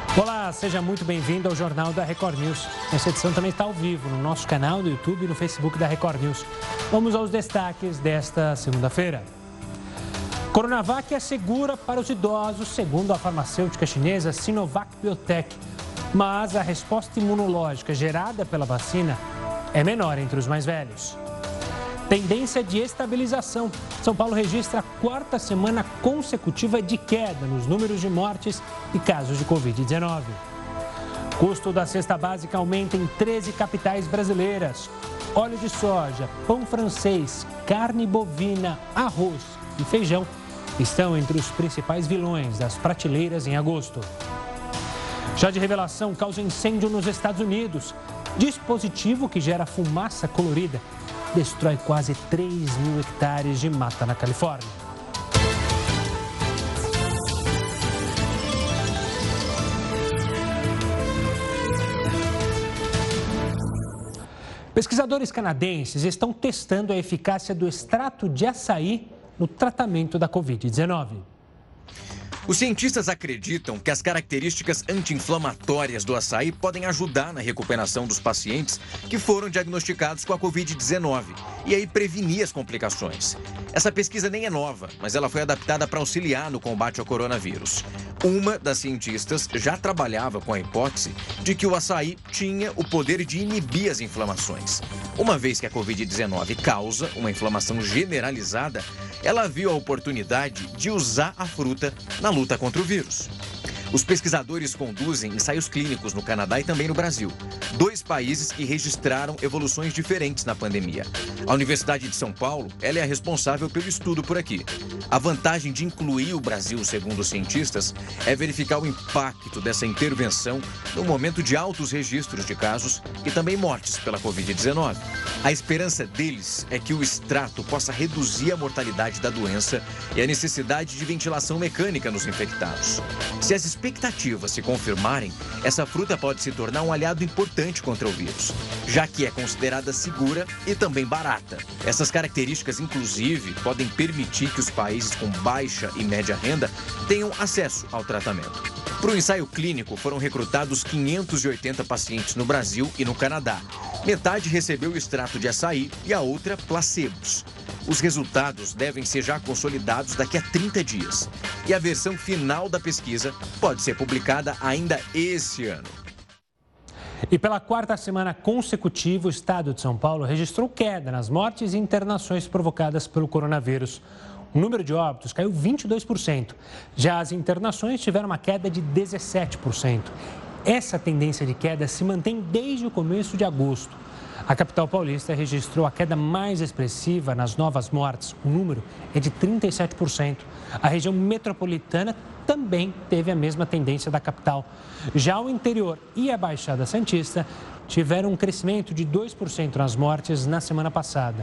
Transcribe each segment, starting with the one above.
Olá, seja muito bem-vindo ao Jornal da Record News. Essa edição também está ao vivo no nosso canal do YouTube e no Facebook da Record News. Vamos aos destaques desta segunda-feira. Coronavac é segura para os idosos, segundo a farmacêutica chinesa Sinovac Biotech. Mas a resposta imunológica gerada pela vacina é menor entre os mais velhos. Tendência de estabilização. São Paulo registra a quarta semana consecutiva de queda nos números de mortes e casos de Covid-19. Custo da cesta básica aumenta em 13 capitais brasileiras. Óleo de soja, pão francês, carne bovina, arroz e feijão estão entre os principais vilões das prateleiras em agosto. Já de revelação, causa incêndio nos Estados Unidos. Dispositivo que gera fumaça colorida destrói quase 3.000 hectares de mata na Califórnia. Pesquisadores canadenses estão testando a eficácia do extrato de açaí no tratamento da Covid-19. Os cientistas acreditam que as características anti-inflamatórias do açaí podem ajudar na recuperação dos pacientes que foram diagnosticados com a Covid-19 e aí prevenir as complicações. Essa pesquisa nem é nova, mas ela foi adaptada para auxiliar no combate ao coronavírus. Uma das cientistas já trabalhava com a hipótese de que o açaí tinha o poder de inibir as inflamações. Uma vez que a Covid-19 causa uma inflamação generalizada, ela viu a oportunidade de usar a fruta na luta contra o vírus. Os pesquisadores conduzem ensaios clínicos no Canadá e também no Brasil, 2 países que registraram evoluções diferentes na pandemia. A Universidade de São Paulo, ela é a responsável pelo estudo por aqui. A vantagem de incluir o Brasil, segundo os cientistas, é verificar o impacto dessa intervenção no momento de altos registros de casos e também mortes pela Covid-19. A esperança deles é que o extrato possa reduzir a mortalidade da doença e a necessidade de ventilação mecânica nos infectados. Se as expectativas se confirmarem, essa fruta pode se tornar um aliado importante contra o vírus, já que é considerada segura e também barata. Essas características, inclusive, podem permitir que os países com baixa e média renda tenham acesso ao tratamento. Para o ensaio clínico, foram recrutados 580 pacientes no Brasil e no Canadá. Metade recebeu o extrato de açaí e a outra placebos. Os resultados devem ser já consolidados daqui a 30 dias. E a versão final da pesquisa pode ser publicada ainda esse ano. E pela quarta semana consecutiva, o estado de São Paulo registrou queda nas mortes e internações provocadas pelo coronavírus. O número de óbitos caiu 22%. Já as internações tiveram uma queda de 17%. Essa tendência de queda se mantém desde o começo de agosto. A capital paulista registrou a queda mais expressiva nas novas mortes. O número é de 37%. A região metropolitana também teve a mesma tendência da capital. Já o interior e a Baixada Santista tiveram um crescimento de 2% nas mortes na semana passada.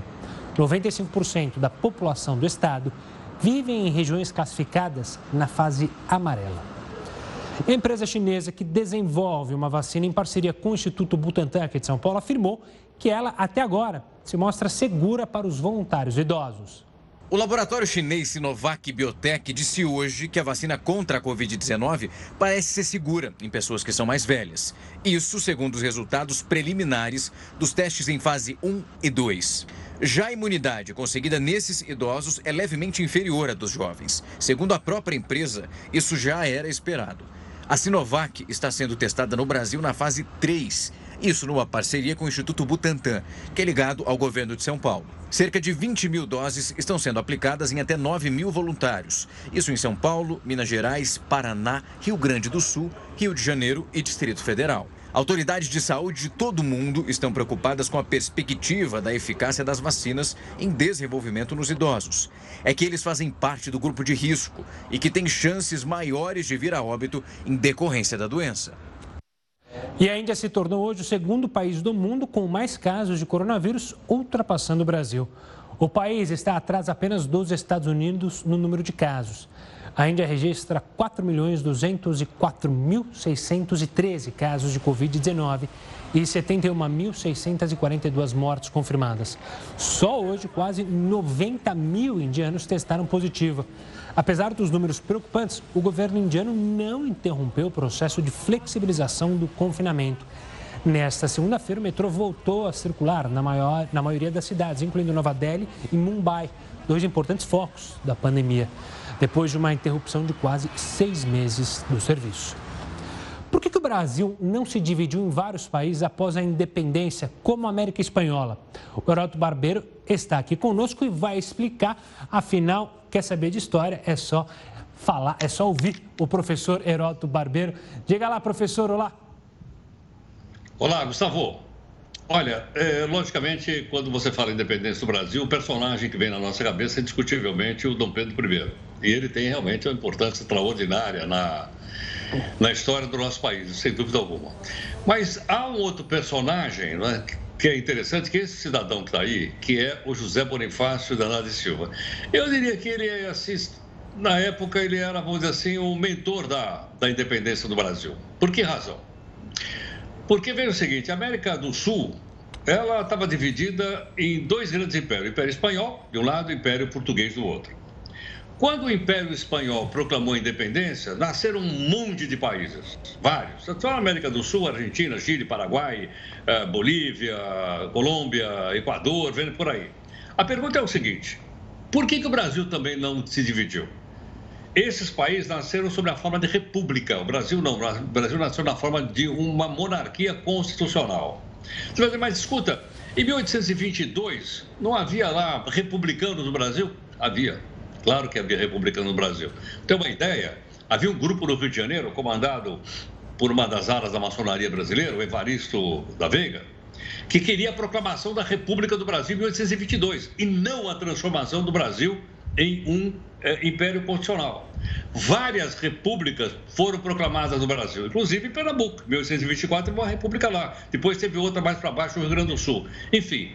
95% da população do estado vive em regiões classificadas na fase amarela. A empresa chinesa que desenvolve uma vacina em parceria com o Instituto Butantan aqui de São Paulo afirmou que ela, até agora, se mostra segura para os voluntários idosos. O laboratório chinês Sinovac Biotech disse hoje que a vacina contra a Covid-19 parece ser segura em pessoas que são mais velhas. Isso segundo os resultados preliminares dos testes em fase 1 e 2. Já a imunidade conseguida nesses idosos é levemente inferior à dos jovens. Segundo a própria empresa, isso já era esperado. A Sinovac está sendo testada no Brasil na fase 3. Isso numa parceria com o Instituto Butantan, que é ligado ao governo de São Paulo. Cerca de 20.000 doses estão sendo aplicadas em até 9.000 voluntários. Isso em São Paulo, Minas Gerais, Paraná, Rio Grande do Sul, Rio de Janeiro e Distrito Federal. Autoridades de saúde de todo o mundo estão preocupadas com a perspectiva da eficácia das vacinas em desenvolvimento nos idosos. É que eles fazem parte do grupo de risco e que têm chances maiores de vir a óbito em decorrência da doença. E a Índia se tornou hoje o segundo país do mundo com mais casos de coronavírus, ultrapassando o Brasil. O país está atrás apenas dos Estados Unidos no número de casos. A Índia registra 4.204.613 casos de Covid-19 e 71.642 mortes confirmadas. Só hoje, quase 90 mil indianos testaram positivo. Apesar dos números preocupantes, o governo indiano não interrompeu o processo de flexibilização do confinamento. Nesta segunda-feira, o metrô voltou a circular na maioria das cidades, incluindo Nova Delhi e Mumbai, dois importantes focos da pandemia, depois de uma interrupção de quase 6 meses do serviço. Por que o Brasil não se dividiu em vários países após a independência, como a América Espanhola? O Heródoto Barbeiro está aqui conosco e vai explicar. Afinal, quer saber de história? É só falar, é só ouvir o professor Heródoto Barbeiro. Diga lá, professor, olá. Olá, Gustavo. Olha, logicamente, quando você fala em independência do Brasil, o personagem que vem na nossa cabeça é indiscutivelmente o Dom Pedro I. E ele tem realmente uma importância extraordinária na história do nosso país, sem dúvida alguma. Mas há um outro personagem, né, que é interessante, que é esse cidadão que está aí, que é o José Bonifácio de Andrade Silva. Eu diria que ele é assim, na época ele era, vamos dizer assim, o mentor da independência do Brasil. Por que razão? Porque veio o seguinte, a América do Sul, ela estava dividida em dois grandes impérios, o Império Espanhol de um lado e o Império Português do outro. Quando o Império Espanhol proclamou a independência, nasceram um monte de países, vários. Só a América do Sul, Argentina, Chile, Paraguai, Bolívia, Colômbia, Equador, vendo por aí. A pergunta é o seguinte, por que o Brasil também não se dividiu? Esses países nasceram sob a forma de república. O Brasil não. O Brasil nasceu na forma de uma monarquia constitucional. Você vai dizer, mas escuta, em 1822 não havia lá republicanos no Brasil? Havia. Claro que havia republicano no Brasil. Tem uma ideia? Havia um grupo no Rio de Janeiro, comandado por uma das alas da maçonaria brasileira, o Evaristo da Veiga, que queria a proclamação da República do Brasil em 1822 e não a transformação do Brasil em um império constitucional. Várias repúblicas foram proclamadas no Brasil, inclusive em Pernambuco. Em 1824 teve uma república lá, depois teve outra mais para baixo no Rio Grande do Sul. Enfim,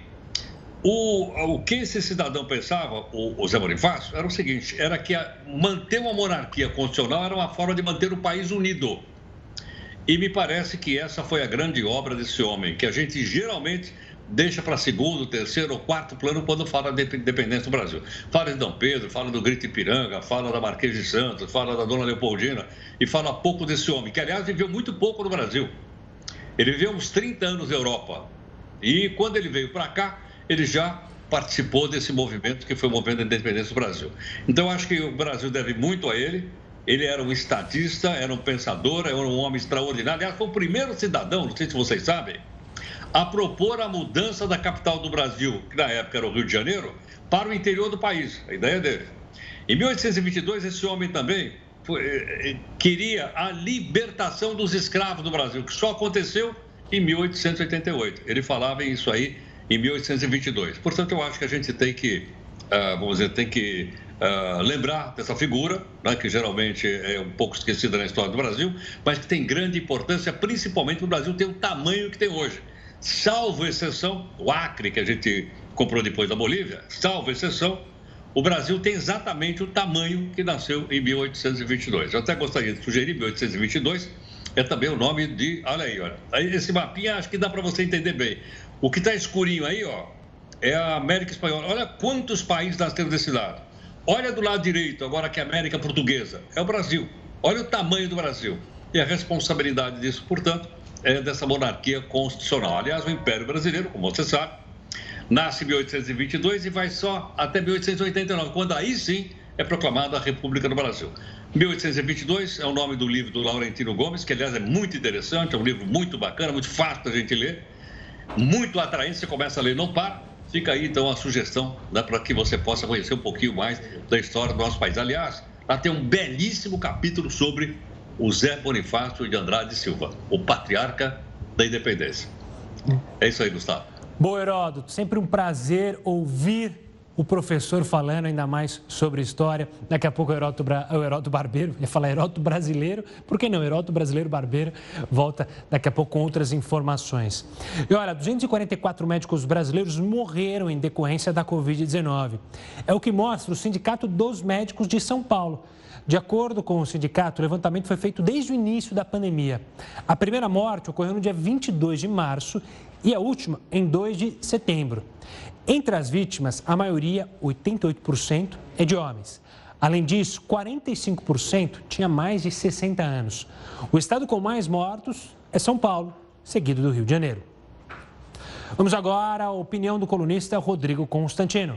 o que esse cidadão pensava, o Zé Bonifácio, era o seguinte, era que manter uma monarquia constitucional era uma forma de manter o país unido. E me parece que essa foi a grande obra desse homem, que a gente geralmente deixa para segundo, terceiro ou quarto plano quando fala de independência do Brasil. Fala de Dom Pedro, fala do Grito Ipiranga, fala da Marquês de Santos, fala da Dona Leopoldina e fala pouco desse homem, que aliás viveu muito pouco no Brasil. Ele viveu uns 30 anos na Europa e quando ele veio para cá, ele já participou desse movimento que foi o movimento da independência do Brasil. Então, eu acho que o Brasil deve muito a ele. Ele era um estadista, era um pensador, era um homem extraordinário. Aliás, foi o primeiro cidadão, não sei se vocês sabem, a propor a mudança da capital do Brasil, que na época era o Rio de Janeiro, para o interior do país, a ideia dele. Em 1822, esse homem também queria a libertação dos escravos do Brasil, que só aconteceu em 1888. Ele falava isso aí em 1822. Portanto, eu acho que a gente tem que, lembrar dessa figura, né, que geralmente é um pouco esquecida na história do Brasil, mas que tem grande importância, principalmente no Brasil ter o tamanho que tem hoje. Salvo exceção, o Acre, que a gente comprou depois da Bolívia, salvo exceção, o Brasil tem exatamente o tamanho que nasceu em 1822. Eu até gostaria de sugerir, 1822 é também o nome de... Olha aí, olha. Esse mapinha acho que dá para você entender bem. O que está escurinho aí, ó, é a América Espanhola. Olha quantos países nasceram desse lado. Olha do lado direito, agora que é a América Portuguesa. É o Brasil. Olha o tamanho do Brasil. E a responsabilidade disso, portanto, é dessa monarquia constitucional. Aliás, o Império Brasileiro, como você sabe, nasce em 1822 e vai só até 1889, quando aí sim é proclamada a República do Brasil. 1822 é o nome do livro do Laurentino Gomes, que aliás é muito interessante, é um livro muito bacana, muito fácil da gente ler, muito atraente, você começa a ler, não para. Fica aí então a sugestão, né, para que você possa conhecer um pouquinho mais da história do nosso país. Aliás, lá tem um belíssimo capítulo sobre o Zé Bonifácio de Andrade Silva, o patriarca da independência. É isso aí, Gustavo. Bom, Heródoto, sempre um prazer ouvir o professor falando ainda mais sobre história. Daqui a pouco o Heródoto Barbeiro, ia falar Heródoto Brasileiro, por que não? Heródoto Brasileiro Barbeiro volta daqui a pouco com outras informações. E olha, 244 médicos brasileiros morreram em decorrência da Covid-19. É o que mostra o Sindicato dos Médicos de São Paulo. De acordo com o sindicato, o levantamento foi feito desde o início da pandemia. A primeira morte ocorreu no dia 22 de março e a última em 2 de setembro. Entre as vítimas, a maioria, 88%, é de homens. Além disso, 45% tinha mais de 60 anos. O estado com mais mortos é São Paulo, seguido do Rio de Janeiro. Vamos agora à opinião do colunista Rodrigo Constantino.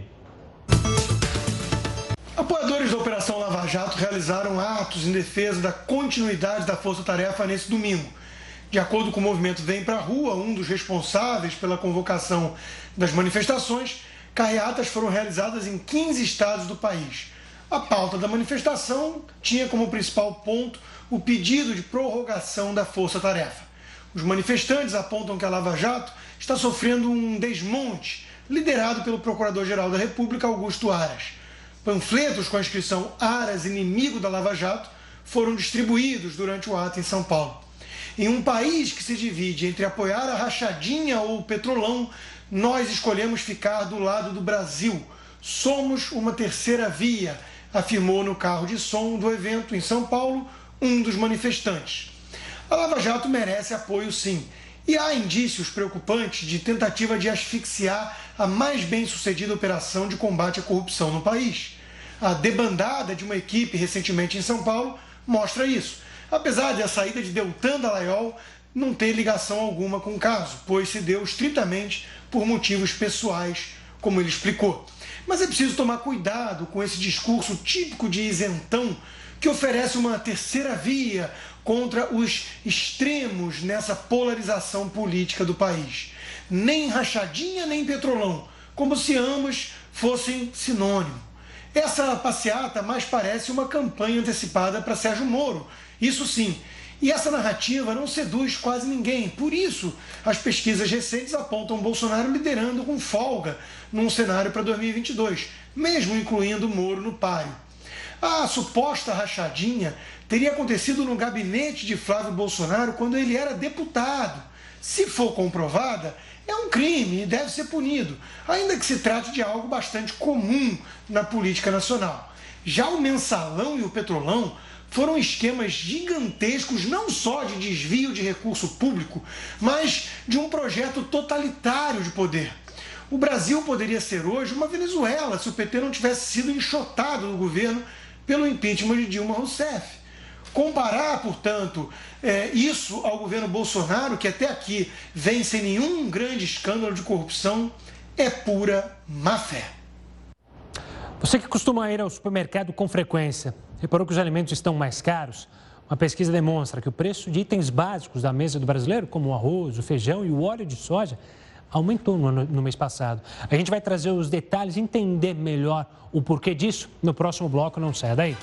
Apoiadores da Operação Lava Jato realizaram atos em defesa da continuidade da força-tarefa nesse domingo. De acordo com o movimento Vem Pra Rua, um dos responsáveis pela convocação das manifestações, carreatas foram realizadas em 15 estados do país. A pauta da manifestação tinha como principal ponto o pedido de prorrogação da força-tarefa. Os manifestantes apontam que a Lava Jato está sofrendo um desmonte, liderado pelo Procurador-Geral da República, Augusto Aras. Panfletos com a inscrição Aras, inimigo da Lava Jato, foram distribuídos durante o ato em São Paulo. Em um país que se divide entre apoiar a rachadinha ou o petrolão, nós escolhemos ficar do lado do Brasil. Somos uma terceira via, afirmou no carro de som do evento em São Paulo um dos manifestantes. A Lava Jato merece apoio, sim. E há indícios preocupantes de tentativa de asfixiar a mais bem-sucedida operação de combate à corrupção no país. A debandada de uma equipe recentemente em São Paulo mostra isso, apesar de a saída de Deltan Dallagnol não ter ligação alguma com o caso, pois se deu estritamente por motivos pessoais, como ele explicou. Mas é preciso tomar cuidado com esse discurso típico de isentão que oferece uma terceira via contra os extremos nessa polarização política do país. Nem rachadinha, nem petrolão, como se ambos fossem sinônimo. Essa passeata mais parece uma campanha antecipada para Sérgio Moro, isso sim. E essa narrativa não seduz quase ninguém. Por isso, as pesquisas recentes apontam Bolsonaro liderando com folga num cenário para 2022, mesmo incluindo Moro no páreo. A suposta rachadinha teria acontecido no gabinete de Flávio Bolsonaro quando ele era deputado. Se for comprovada, é um crime e deve ser punido, ainda que se trate de algo bastante comum na política nacional. Já o mensalão e o petrolão foram esquemas gigantescos não só de desvio de recurso público, mas de um projeto totalitário de poder. O Brasil poderia ser hoje uma Venezuela se o PT não tivesse sido enxotado do governo pelo impeachment de Dilma Rousseff. Comparar, portanto, isso ao governo Bolsonaro, que até aqui vem sem nenhum grande escândalo de corrupção, é pura má-fé. Você que costuma ir ao supermercado com frequência, reparou que os alimentos estão mais caros? Uma pesquisa demonstra que o preço de itens básicos da mesa do brasileiro, como o arroz, o feijão e o óleo de soja, aumentou no mês passado. A gente vai trazer os detalhes, entender melhor o porquê disso no próximo bloco. Não saia daí.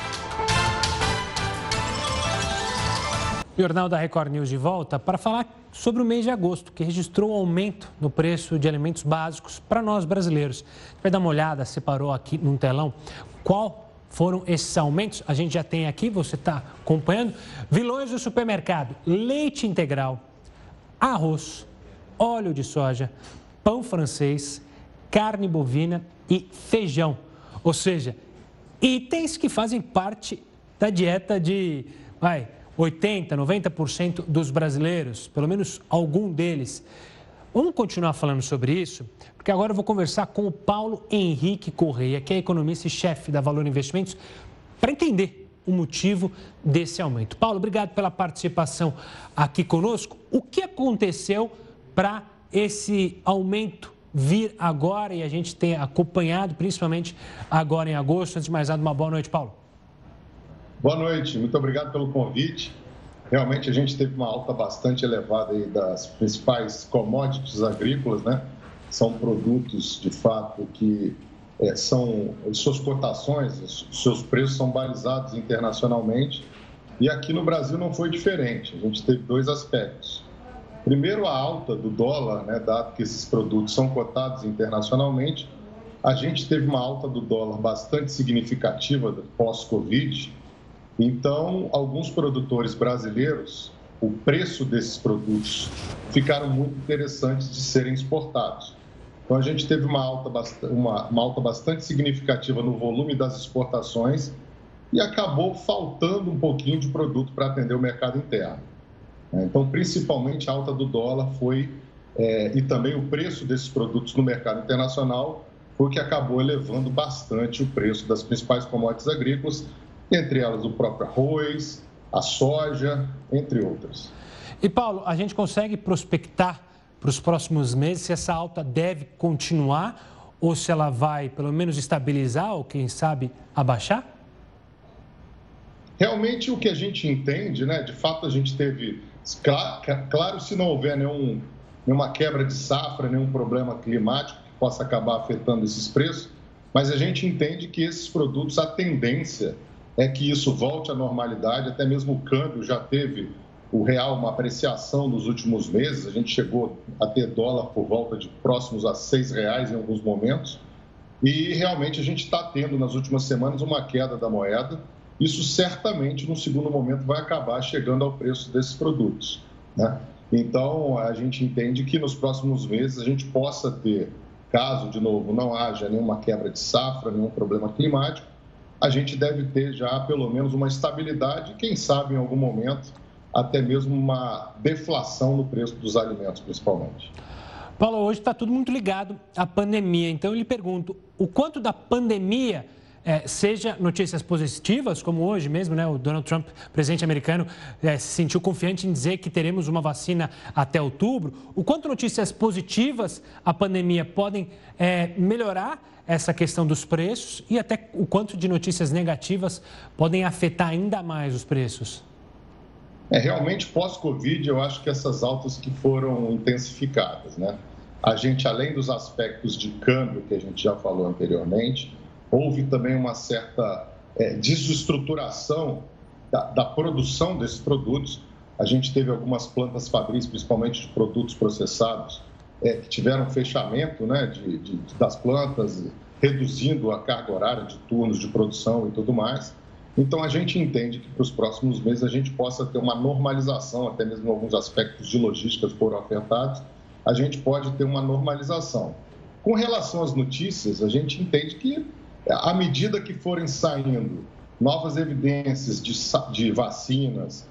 O Jornal da Record News de volta para falar sobre o mês de agosto, que registrou um aumento no preço de alimentos básicos para nós brasileiros. Vai dar uma olhada, separou aqui num telão qual foram esses aumentos. A gente já tem aqui, você está acompanhando. Vilões do supermercado: leite integral, arroz, óleo de soja, pão francês, carne bovina e feijão. Ou seja, itens que fazem parte da dieta de 80%, 90% dos brasileiros, pelo menos algum deles. Vamos continuar falando sobre isso, porque agora eu vou conversar com o Paulo Henrique Correia, que é economista e chefe da Valor Investimentos, para entender o motivo desse aumento. Paulo, obrigado pela participação aqui conosco. O que aconteceu para esse aumento vir agora e a gente tem acompanhado, principalmente agora em agosto? Antes de mais nada, uma boa noite, Paulo. Boa noite, muito obrigado pelo convite. Realmente a gente teve uma alta bastante elevada aí das principais commodities agrícolas, né? São produtos, de fato, que são suas cotações, seus preços são balizados internacionalmente. E aqui no Brasil não foi diferente. A gente teve dois aspectos. Primeiro, a alta do dólar, né? Dado que esses produtos são cotados internacionalmente, a gente teve uma alta do dólar bastante significativa pós-Covid. Então, alguns produtores brasileiros, o preço desses produtos ficaram muito interessantes de serem exportados. Então, a gente teve uma alta bastante significativa no volume das exportações e acabou faltando um pouquinho de produto para atender o mercado interno. Então, principalmente a alta do dólar e também o preço desses produtos no mercado internacional foi o que acabou elevando bastante o preço das principais commodities agrícolas, entre elas o próprio arroz, a soja, entre outras. E, Paulo, a gente consegue prospectar para os próximos meses se essa alta deve continuar ou se ela vai, pelo menos, estabilizar ou, quem sabe, abaixar? Realmente, o que a gente entende, né? De fato, a gente teve... Claro, se não houver nenhuma quebra de safra, nenhum problema climático que possa acabar afetando esses preços, mas a gente entende que esses produtos, a tendência é que isso volte à normalidade, até mesmo o câmbio já teve o real uma apreciação nos últimos meses, a gente chegou a ter dólar por volta de próximos a R$6 em alguns momentos, e realmente a gente está tendo nas últimas semanas uma queda da moeda. Isso certamente, no segundo momento, vai acabar chegando ao preço desses produtos, né? Então, a gente entende que nos próximos meses a gente possa ter, caso, de novo, não haja nenhuma quebra de safra, nenhum problema climático, a gente deve ter já pelo menos uma estabilidade, quem sabe em algum momento até mesmo uma deflação no preço dos alimentos, principalmente. Paulo, hoje está tudo muito ligado à pandemia, então eu lhe pergunto, o quanto da pandemia, seja notícias positivas, como hoje mesmo, né, o Donald Trump, presidente americano, se sentiu confiante em dizer que teremos uma vacina até outubro, o quanto notícias positivas a pandemia podem melhorar essa questão dos preços e até o quanto de notícias negativas podem afetar ainda mais os preços? Realmente, pós-Covid, eu acho que essas altas que foram intensificadas, né? A gente, além dos aspectos de câmbio que a gente já falou anteriormente, houve também uma certa desestruturação da produção desses produtos. A gente teve algumas plantas fabris, principalmente de produtos processados, que tiveram fechamento, né, das plantas, reduzindo a carga horária de turnos de produção e tudo mais. Então, a gente entende que para os próximos meses a gente possa ter uma normalização, até mesmo alguns aspectos de logística que foram afetados, a gente pode ter uma normalização. Com relação às notícias, a gente entende que, à medida que forem saindo novas evidências de vacinas,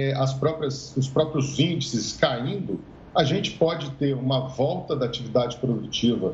os próprios índices caindo, a gente pode ter uma volta da atividade produtiva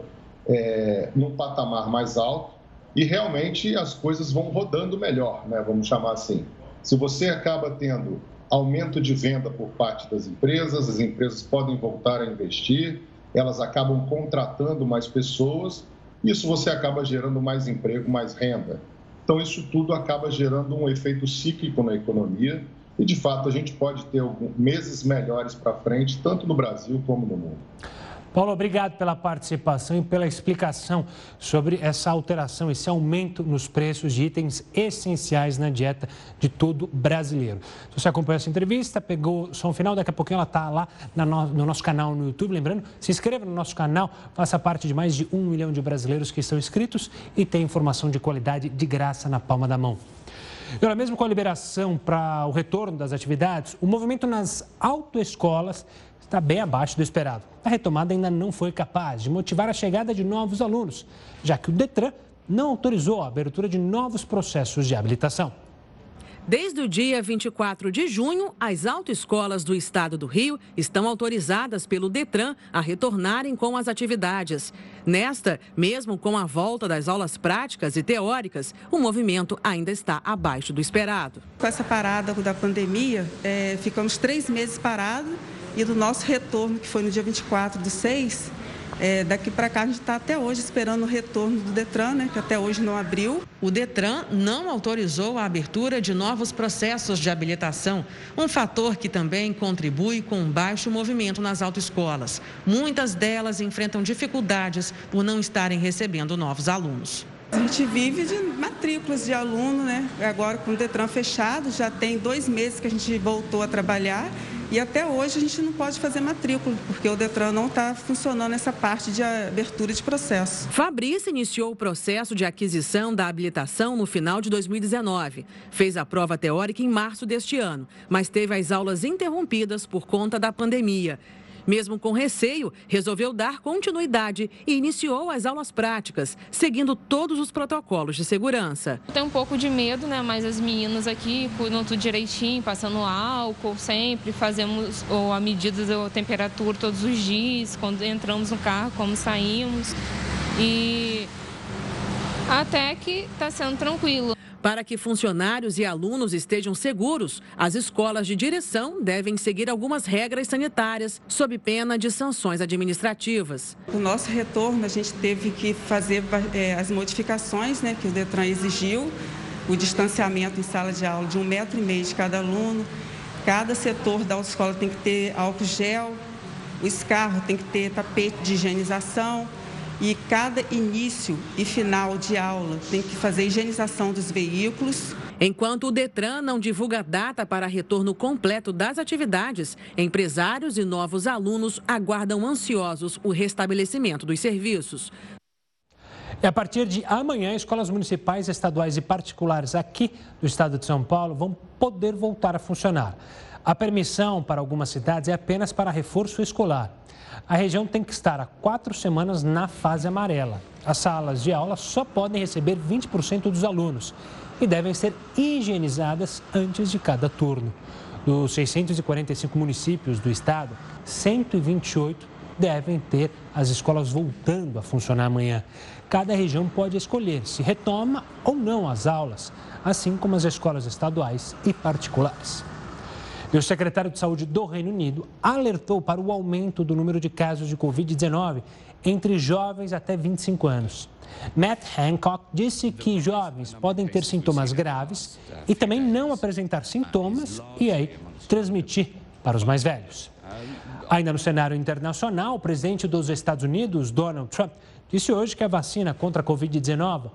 num patamar mais alto, e realmente as coisas vão rodando melhor, né? Vamos chamar assim. Se você acaba tendo aumento de venda por parte das empresas, as empresas podem voltar a investir, elas acabam contratando mais pessoas, isso você acaba gerando mais emprego, mais renda. Então, isso tudo acaba gerando um efeito cíclico na economia e, de fato, a gente pode ter meses melhores para frente, tanto no Brasil como no mundo. Paulo, obrigado pela participação e pela explicação sobre essa alteração, esse aumento nos preços de itens essenciais na dieta de todo brasileiro. Se você acompanhou essa entrevista, pegou só um final, daqui a pouquinho ela está lá no nosso canal no YouTube. Lembrando, se inscreva no nosso canal, faça parte de mais de 1 milhão de brasileiros que estão inscritos e tem informação de qualidade de graça na palma da mão. E olha, mesmo com a liberação para o retorno das atividades, o movimento nas autoescolas está bem abaixo do esperado. A retomada ainda não foi capaz de motivar a chegada de novos alunos, já que o Detran não autorizou a abertura de novos processos de habilitação. Desde o dia 24 de junho, as autoescolas do estado do Rio estão autorizadas pelo Detran a retornarem com as atividades. Nesta, mesmo com a volta das aulas práticas e teóricas, o movimento ainda está abaixo do esperado. Com essa parada da pandemia, ficamos 3 meses parados e do nosso retorno, que foi no dia 24/6, daqui para cá a gente está até hoje esperando o retorno do Detran, né, que até hoje não abriu. O Detran não autorizou a abertura de novos processos de habilitação, um fator que também contribui com um baixo movimento nas autoescolas. Muitas delas enfrentam dificuldades por não estarem recebendo novos alunos. A gente vive de matrículas de aluno, né? Agora com o Detran fechado, já tem 2 meses que a gente voltou a trabalhar. E até hoje a gente não pode fazer matrícula, porque o Detran não está funcionando essa parte de abertura de processo. Fabrício iniciou o processo de aquisição da habilitação no final de 2019. Fez a prova teórica em março deste ano, mas teve as aulas interrompidas por conta da pandemia. Mesmo com receio, resolveu dar continuidade e iniciou as aulas práticas, seguindo todos os protocolos de segurança. Tem um pouco de medo, né? Mas as meninas aqui cuidam tudo direitinho, passando álcool sempre, fazemos a medida da temperatura todos os dias, quando entramos no carro, como saímos. E até que está sendo tranquilo. Para que funcionários e alunos estejam seguros, as escolas de direção devem seguir algumas regras sanitárias, sob pena de sanções administrativas. O nosso retorno, a gente teve que fazer as modificações, né, que o Detran exigiu, o distanciamento em sala de aula de 1,5 metro de cada aluno, cada setor da autoescola tem que ter álcool gel, os carros tem que ter tapete de higienização. E cada início e final de aula tem que fazer a higienização dos veículos. Enquanto o Detran não divulga data para retorno completo das atividades, empresários e novos alunos aguardam ansiosos o restabelecimento dos serviços. E a partir de amanhã, escolas municipais, estaduais e particulares aqui do estado de São Paulo vão poder voltar a funcionar. A permissão para algumas cidades é apenas para reforço escolar. A região tem que estar há 4 semanas na fase amarela. As salas de aula só podem receber 20% dos alunos e devem ser higienizadas antes de cada turno. Dos 645 municípios do estado, 128 devem ter as escolas voltando a funcionar amanhã. Cada região pode escolher se retoma ou não as aulas, assim como as escolas estaduais e particulares. E o secretário de Saúde do Reino Unido alertou para o aumento do número de casos de Covid-19 entre jovens até 25 anos. Matt Hancock disse que jovens podem ter sintomas graves e também não apresentar sintomas e aí transmitir para os mais velhos. Ainda no cenário internacional, o presidente dos Estados Unidos, Donald Trump, disse hoje que a vacina contra a Covid-19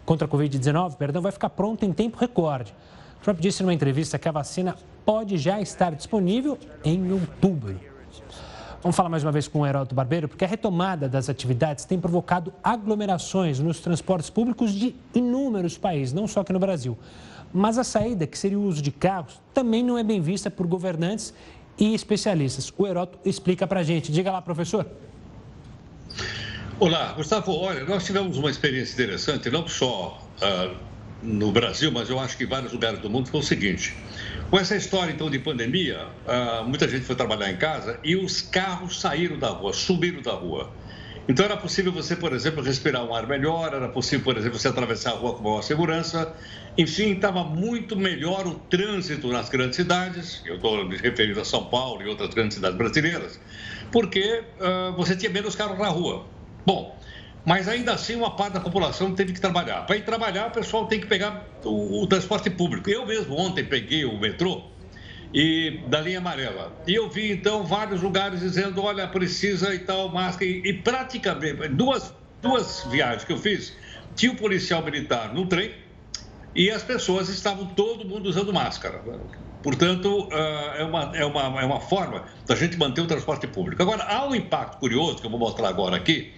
vai ficar pronta em tempo recorde. Trump disse numa entrevista que a vacina pode já estar disponível em outubro. Vamos falar mais uma vez com o Heródoto Barbeiro, porque a retomada das atividades tem provocado aglomerações nos transportes públicos de inúmeros países, não só aqui no Brasil. Mas a saída, que seria o uso de carros, também não é bem vista por governantes e especialistas. O Heródoto explica para a gente. Diga lá, professor. Olá, Gustavo. Olha, nós tivemos uma experiência interessante, não só no Brasil, mas eu acho que em vários lugares do mundo, foi o seguinte. Com essa história, então, de pandemia, muita gente foi trabalhar em casa e os carros saíram da rua, subiram da rua. Então, era possível você, por exemplo, respirar um ar melhor, era possível, por exemplo, você atravessar a rua com maior segurança. Enfim, estava muito melhor o trânsito nas grandes cidades, eu estou me referindo a São Paulo e outras grandes cidades brasileiras, porque você tinha menos carros na rua. Bom, mas ainda assim uma parte da população teve que trabalhar. Para ir trabalhar, o pessoal tem que pegar o transporte público. Eu mesmo ontem peguei o metrô da linha amarela. E eu vi, então, vários lugares dizendo, olha, precisa e tal, máscara. E praticamente, duas viagens que eu fiz, tinha um policial militar no trem e as pessoas estavam, todo mundo usando máscara. Portanto, é uma forma da gente manter o transporte público. Agora, há um impacto curioso, que eu vou mostrar agora aqui,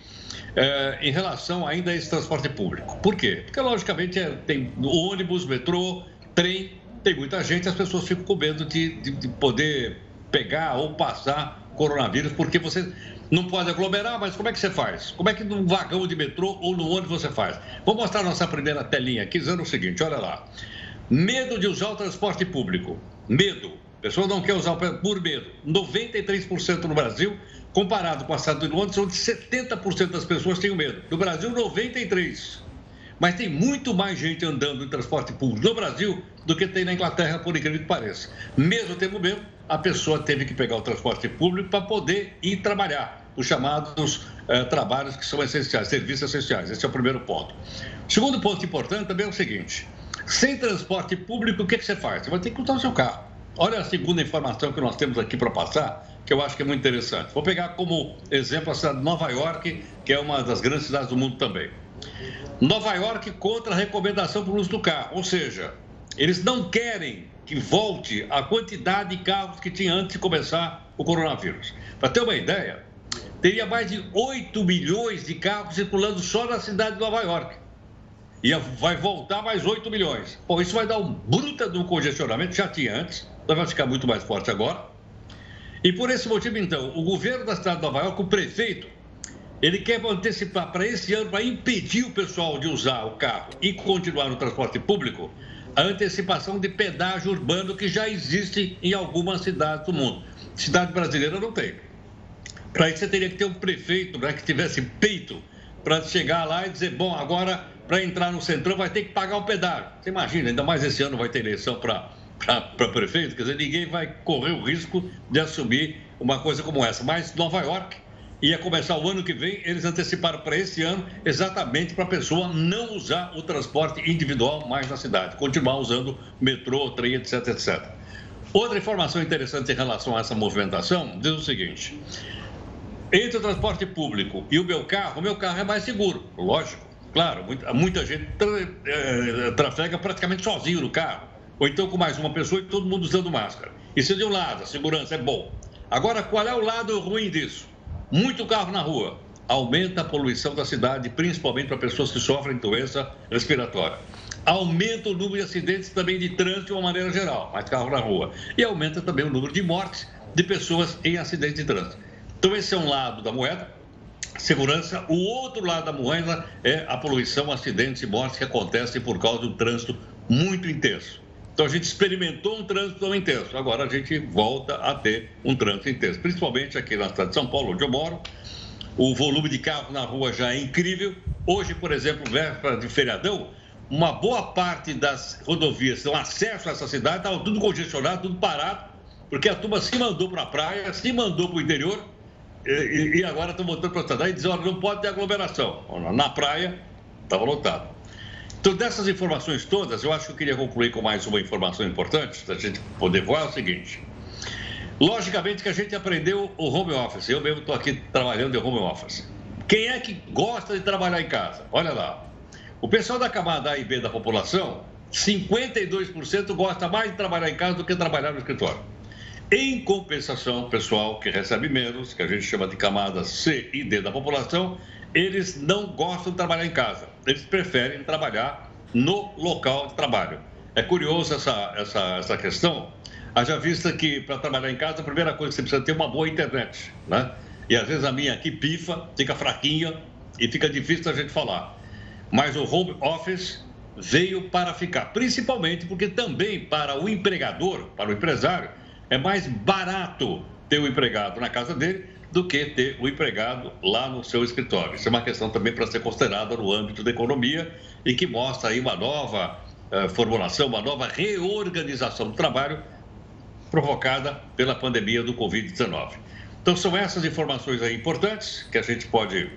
em relação ainda a esse transporte público. Por quê? Porque, logicamente, tem ônibus, metrô, trem, tem muita gente, as pessoas ficam com medo de poder pegar ou passar coronavírus, porque você não pode aglomerar, mas como é que você faz? Como é que num vagão de metrô ou no ônibus você faz? Vou mostrar a nossa primeira telinha aqui, dizendo o seguinte, olha lá. Medo de usar o transporte público. Medo. A pessoa não quer usar por medo. 93% no Brasil, comparado com a cidade de Londres, onde 70% das pessoas têm medo. No Brasil, 93%. Mas tem muito mais gente andando em transporte público no Brasil do que tem na Inglaterra, por incrível que pareça. Mesmo tendo medo, a pessoa teve que pegar o transporte público para poder ir trabalhar, os chamados trabalhos que são essenciais, serviços essenciais. Esse é o primeiro ponto. O segundo ponto importante também é o seguinte, sem transporte público, o que você faz? Você vai ter que usar o seu carro. Olha a segunda informação que nós temos aqui para passar, que eu acho que é muito interessante. Vou pegar como exemplo a cidade de Nova York, que é uma das grandes cidades do mundo também. Nova York contra a recomendação para o uso do carro, ou seja, eles não querem que volte a quantidade de carros que tinha antes de começar o coronavírus. Para ter uma ideia, teria mais de 8 milhões de carros circulando só na cidade de Nova York. E vai voltar mais 8 milhões. Bom, isso vai dar um bruta de um congestionamento, já tinha antes, vai ficar muito mais forte agora. E por esse motivo, então, o governo da cidade de Nova York, o prefeito, ele quer antecipar para esse ano, para impedir o pessoal de usar o carro e continuar no transporte público, a antecipação de pedágio urbano que já existe em algumas cidades do mundo. Cidade brasileira não tem. Para isso, você teria que ter um prefeito, né, que tivesse peito para chegar lá e dizer, bom, agora, para entrar no Centrão, vai ter que pagar o pedágio. Você imagina, ainda mais esse ano vai ter eleição para prefeito, quer dizer, ninguém vai correr o risco de assumir uma coisa como essa. Mas Nova York ia começar o ano que vem, eles anteciparam para esse ano exatamente para a pessoa não usar o transporte individual mais na cidade, continuar usando metrô, trem, etc, etc. Outra informação interessante em relação a essa movimentação diz o seguinte: entre o transporte público e o meu carro é mais seguro, lógico, claro, muita gente trafega praticamente sozinho no carro, ou então com mais uma pessoa e todo mundo usando máscara. Isso é de um lado, a segurança é bom. Agora, qual é o lado ruim disso? Muito carro na rua, aumenta a poluição da cidade, principalmente para pessoas que sofrem doença respiratória. Aumenta o número de acidentes também de trânsito de uma maneira geral, mais carro na rua. E aumenta também o número de mortes de pessoas em acidentes de trânsito. Então, esse é um lado da moeda, segurança. O outro lado da moeda é a poluição, acidentes e mortes que acontecem por causa do trânsito muito intenso. Então, a gente experimentou um trânsito tão intenso. Agora, a gente volta a ter um trânsito intenso. Principalmente aqui na cidade de São Paulo, onde eu moro. O volume de carros na rua já é incrível. Hoje, por exemplo, véspera de feriadão, uma boa parte das rodovias, o acesso a essa cidade, estava tudo congestionado, tudo parado, porque a turma se mandou para a praia, se mandou para o interior, e agora estão voltando para a cidade e dizem, olha, não pode ter aglomeração. Na praia, estava lotado. Então, dessas informações todas, eu acho que eu queria concluir com mais uma informação importante, da gente poder voar, é o seguinte. Logicamente que a gente aprendeu o home office, eu mesmo estou aqui trabalhando em home office. Quem é que gosta de trabalhar em casa? Olha lá, o pessoal da camada A e B da população, 52% gosta mais de trabalhar em casa do que trabalhar no escritório. Em compensação, o pessoal que recebe menos, que a gente chama de camadas C e D da população, eles não gostam de trabalhar em casa. Eles preferem trabalhar no local de trabalho. É curioso essa questão, haja vista que para trabalhar em casa, a primeira coisa que você precisa ter é uma boa internet, né? E às vezes a minha aqui pifa, fica fraquinha e fica difícil a gente falar. Mas o home office veio para ficar, principalmente porque também para o empregador, para o empresário, é mais barato ter o empregado na casa dele do que ter o empregado lá no seu escritório. Isso é uma questão também para ser considerada no âmbito da economia e que mostra aí uma nova formulação, uma nova reorganização do trabalho provocada pela pandemia do Covid-19. Então, são essas informações aí importantes que a gente pode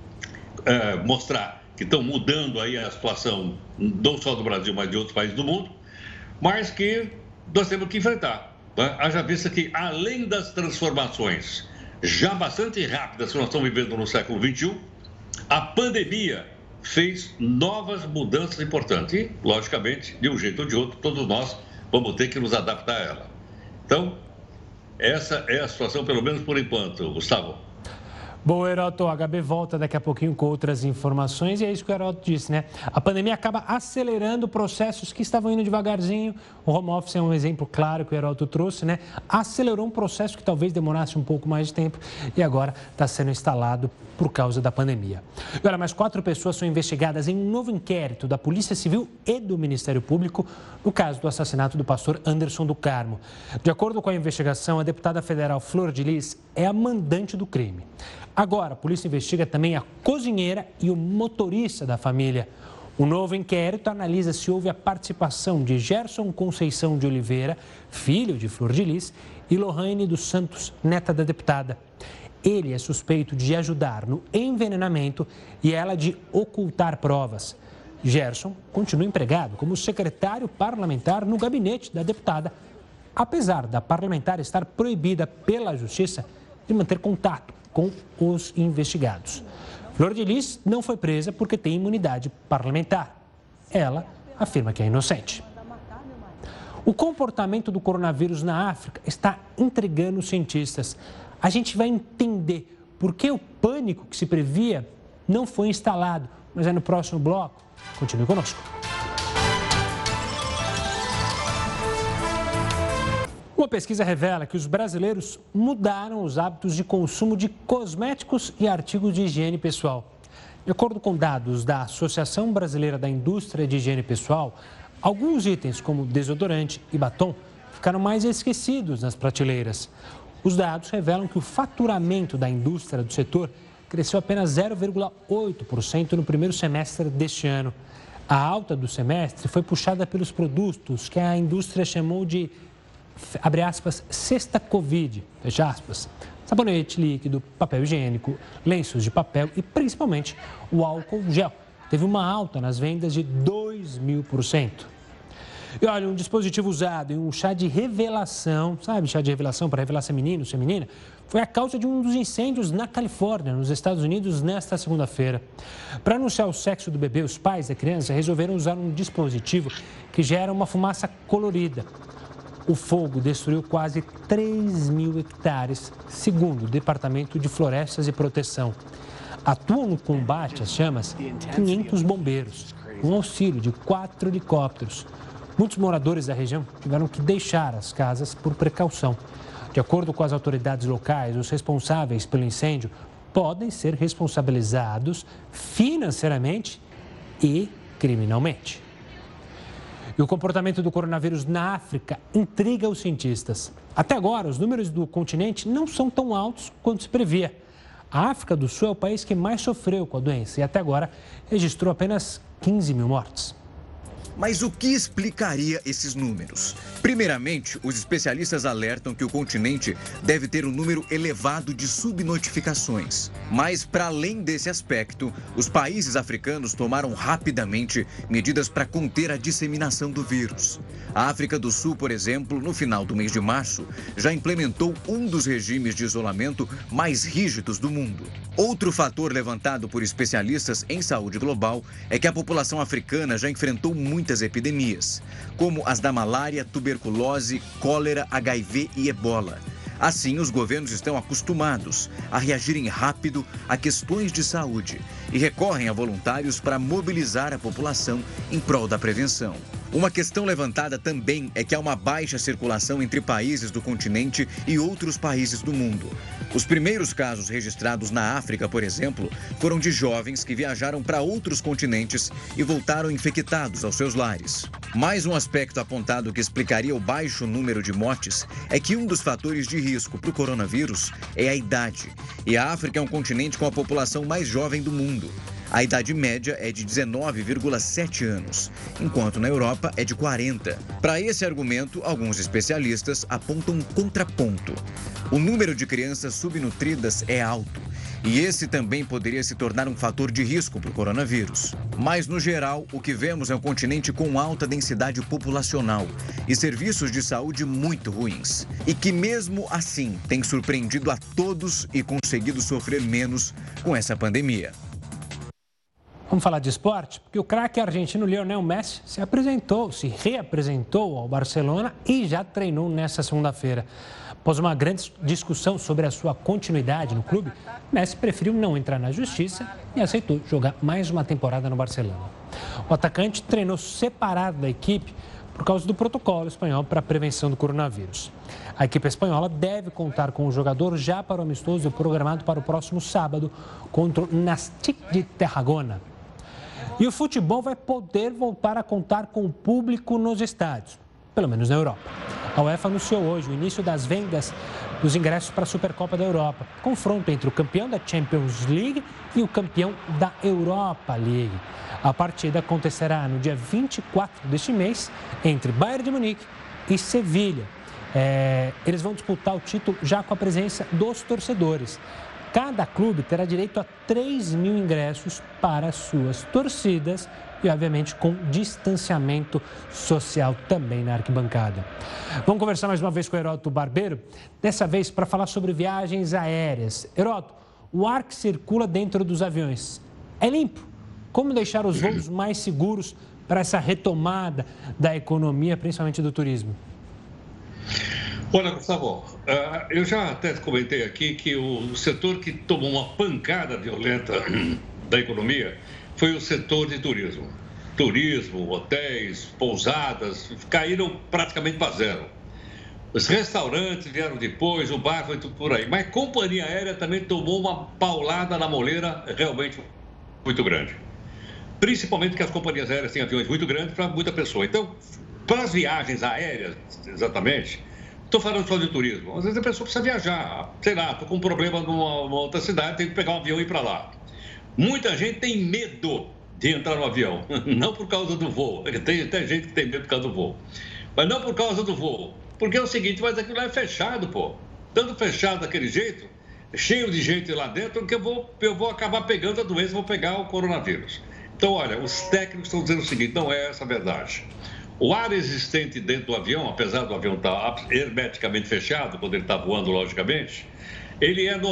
mostrar que estão mudando aí a situação, não só do Brasil, mas de outros países do mundo, mas que nós temos que enfrentar. Né? Haja vista que, além das transformações já bastante rápidas que nós estamos vivendo no século XXI, a pandemia fez novas mudanças importantes e, logicamente, de um jeito ou de outro, todos nós vamos ter que nos adaptar a ela. Então, essa é a situação, pelo menos por enquanto, Gustavo. Bom, Heroto, a HB volta daqui a pouquinho com outras informações e é isso que o Heroto disse, né? A pandemia acaba acelerando processos que estavam indo devagarzinho. O home office é um exemplo claro que o Heroto trouxe, né? Acelerou um processo que talvez demorasse um pouco mais de tempo e agora está sendo instalado por causa da pandemia. E olha, mais 4 pessoas são investigadas em um novo inquérito da Polícia Civil e do Ministério Público no caso do assassinato do pastor Anderson do Carmo. De acordo com a investigação, a deputada federal Flor de Lis é a mandante do crime. Agora, a polícia investiga também a cozinheira e o motorista da família. O novo inquérito analisa se houve a participação de Gerson Conceição de Oliveira, filho de Flor de Lis, e Lohane dos Santos, neta da deputada. Ele é suspeito de ajudar no envenenamento e ela de ocultar provas. Gerson continua empregado como secretário parlamentar no gabinete da deputada, apesar da parlamentar estar proibida pela Justiça de manter contato com os investigados. Flor de Lis não foi presa porque tem imunidade parlamentar. Ela afirma que é inocente. O comportamento do coronavírus na África está intrigando os cientistas. A gente vai entender por que o pânico que se previa não foi instalado, mas é no próximo bloco. Continue conosco. Uma pesquisa revela que os brasileiros mudaram os hábitos de consumo de cosméticos e artigos de higiene pessoal. De acordo com dados da Associação Brasileira da Indústria de Higiene Pessoal, alguns itens, como desodorante e batom, ficaram mais esquecidos nas prateleiras. Os dados revelam que o faturamento da indústria do setor cresceu apenas 0,8% no primeiro semestre deste ano. A alta do semestre foi puxada pelos produtos que a indústria chamou de, abre aspas, cesta Covid, fecha aspas. Sabonete líquido, papel higiênico, lenços de papel e principalmente o álcool gel. Teve uma alta nas vendas de 2.000%. E olha, um dispositivo usado em um chá de revelação, sabe, chá de revelação para revelar se é menino, se é menina, foi a causa de um dos incêndios na Califórnia, nos Estados Unidos, nesta segunda-feira. Para anunciar o sexo do bebê, os pais da criança resolveram usar um dispositivo que gera uma fumaça colorida. O fogo destruiu quase 3.000 hectares, segundo o Departamento de Florestas e Proteção. Atuam no combate às chamas 500 bombeiros, com auxílio de 4 helicópteros. Muitos moradores da região tiveram que deixar as casas por precaução. De acordo com as autoridades locais, os responsáveis pelo incêndio podem ser responsabilizados financeiramente e criminalmente. E o comportamento do coronavírus na África intriga os cientistas. Até agora, os números do continente não são tão altos quanto se previa. A África do Sul é o país que mais sofreu com a doença e até agora registrou apenas 15.000 mortes. Mas o que explicaria esses números? Primeiramente, os especialistas alertam que o continente deve ter um número elevado de subnotificações. Mas, para além desse aspecto, os países africanos tomaram rapidamente medidas para conter a disseminação do vírus. A África do Sul, por exemplo, no final do mês de março, já implementou um dos regimes de isolamento mais rígidos do mundo. Outro fator levantado por especialistas em saúde global é que a população africana já enfrentou muitas epidemias, como as da malária, tuberculose, cólera, HIV e ebola. Assim, os governos estão acostumados a reagirem rápido a questões de saúde e recorrem a voluntários para mobilizar a população em prol da prevenção. Uma questão levantada também é que há uma baixa circulação entre países do continente e outros países do mundo. Os primeiros casos registrados na África, por exemplo, foram de jovens que viajaram para outros continentes e voltaram infectados aos seus lares. Mais um aspecto apontado que explicaria o baixo número de mortes é que um dos fatores de risco para o coronavírus é a idade. E a África é um continente com a população mais jovem do mundo. A idade média é de 19,7 anos, enquanto na Europa é de 40. Para esse argumento, alguns especialistas apontam um contraponto. O número de crianças subnutridas é alto e esse também poderia se tornar um fator de risco para o coronavírus. Mas, no geral, o que vemos é um continente com alta densidade populacional e serviços de saúde muito ruins. E que, mesmo assim, tem surpreendido a todos e conseguido sofrer menos com essa pandemia. Vamos falar de esporte? Porque o craque argentino Lionel Messi se reapresentou ao Barcelona e já treinou nesta segunda-feira. Após uma grande discussão sobre a sua continuidade no clube, Messi preferiu não entrar na justiça e aceitou jogar mais uma temporada no Barcelona. O atacante treinou separado da equipe por causa do protocolo espanhol para a prevenção do coronavírus. A equipe espanhola deve contar com o jogador já para o amistoso programado para o próximo sábado contra o Nastic de Tarragona. E o futebol vai poder voltar a contar com o público nos estádios, pelo menos na Europa. A UEFA anunciou hoje o início das vendas dos ingressos para a Supercopa da Europa, confronto entre o campeão da Champions League e o campeão da Europa League. A partida acontecerá no dia 24 deste mês entre Bayern de Munique e Sevilha. Eles vão disputar o título já com a presença dos torcedores. Cada clube terá direito a 3.000 ingressos para suas torcidas e, obviamente, com distanciamento social também na arquibancada. Vamos conversar mais uma vez com o Heródoto Barbeiro, dessa vez para falar sobre viagens aéreas. Heródoto, o ar que circula dentro dos aviões é limpo? Como deixar os voos mais seguros para essa retomada da economia, principalmente do turismo? Olha, Gustavo, eu já até comentei aqui que o setor que tomou uma pancada violenta da economia foi o setor de turismo. Turismo, hotéis, pousadas, caíram praticamente para zero. Os restaurantes vieram depois, o bar foi tudo por aí. Mas a companhia aérea também tomou uma paulada na moleira realmente muito grande. Principalmente porque as companhias aéreas têm aviões muito grandes para muita pessoa. Então, para as viagens aéreas, exatamente, estou falando só de turismo. Às vezes a pessoa precisa viajar. Sei lá, estou com um problema numa outra cidade, tenho que pegar um avião e ir para lá. Muita gente tem medo de entrar no avião. Não por causa do voo. Tem até gente que tem medo por causa do voo. Mas não por causa do voo. Porque é o seguinte, mas aquilo lá é fechado, pô. Tanto fechado daquele jeito, cheio de gente lá dentro, que eu vou acabar pegando a doença, vou pegar o coronavírus. Então, olha, os técnicos estão dizendo o seguinte, não é essa a verdade. O ar existente dentro do avião, apesar do avião estar hermeticamente fechado, quando ele está voando, logicamente, ele é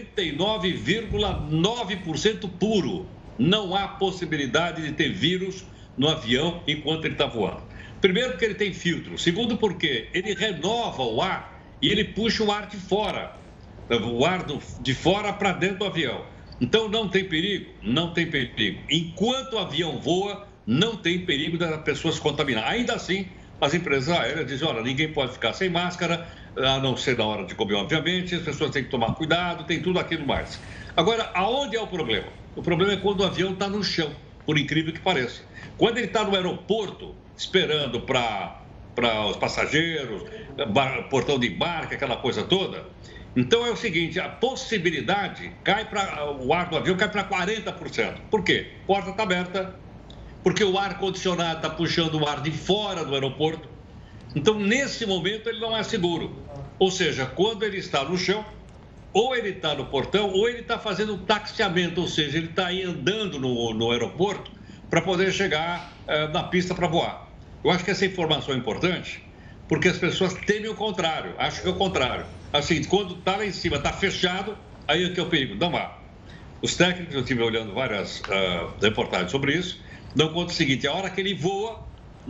99,9% puro. Não há possibilidade de ter vírus no avião enquanto ele está voando. Primeiro, porque ele tem filtro. Segundo, porque ele renova o ar e ele puxa o ar de fora. O ar de fora para dentro do avião. Então, não tem perigo? Não tem perigo. Enquanto o avião voa, não tem perigo da pessoa se contaminar. Ainda assim, as empresas aéreas dizem, olha, ninguém pode ficar sem máscara, a não ser na hora de comer, obviamente, as pessoas têm que tomar cuidado, tem tudo aquilo mais. Agora, aonde é o problema? O problema é quando o avião está no chão, por incrível que pareça. Quando ele está no aeroporto, esperando para os passageiros, portão de embarque, aquela coisa toda. Então é o seguinte, a possibilidade o ar do avião cai para 40%. Por quê? Porta está aberta, porque o ar-condicionado está puxando o ar de fora do aeroporto. Então, nesse momento, ele não é seguro. Ou seja, quando ele está no chão, ou ele está no portão, ou ele está fazendo um taxiamento, ou seja, ele está aí andando no aeroporto para poder chegar na pista para voar. Eu acho que essa informação é importante, porque as pessoas temem o contrário, acham que é o contrário. Assim, quando está lá em cima, está fechado, aí é que é o perigo, não há. Os técnicos, eu estive olhando várias reportagens sobre isso, dão conta do seguinte, a hora que ele voa,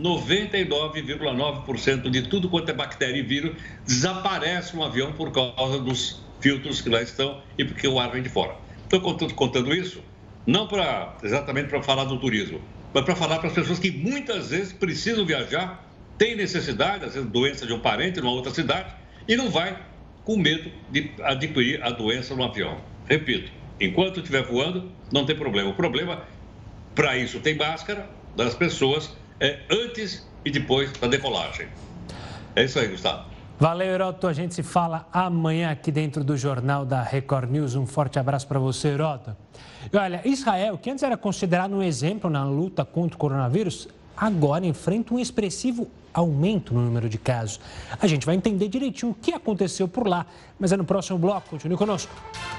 99,9% de tudo quanto é bactéria e vírus desaparece no avião por causa dos filtros que lá estão e porque o ar vem de fora. Estou contando isso, não exatamente para falar do turismo, mas para falar para as pessoas que muitas vezes precisam viajar, têm necessidade, às vezes doença de um parente numa outra cidade, e não vai com medo de adquirir a doença no avião. Repito, enquanto estiver voando, não tem problema. O problema, para isso, tem máscara das pessoas antes e depois da decolagem. É isso aí, Gustavo. Valeu, Heródoto. A gente se fala amanhã aqui dentro do Jornal da Record News. Um forte abraço para você, Heródoto. E olha, Israel, que antes era considerado um exemplo na luta contra o coronavírus, agora enfrenta um expressivo aumento no número de casos. A gente vai entender direitinho o que aconteceu por lá, mas é no próximo bloco. Continue conosco.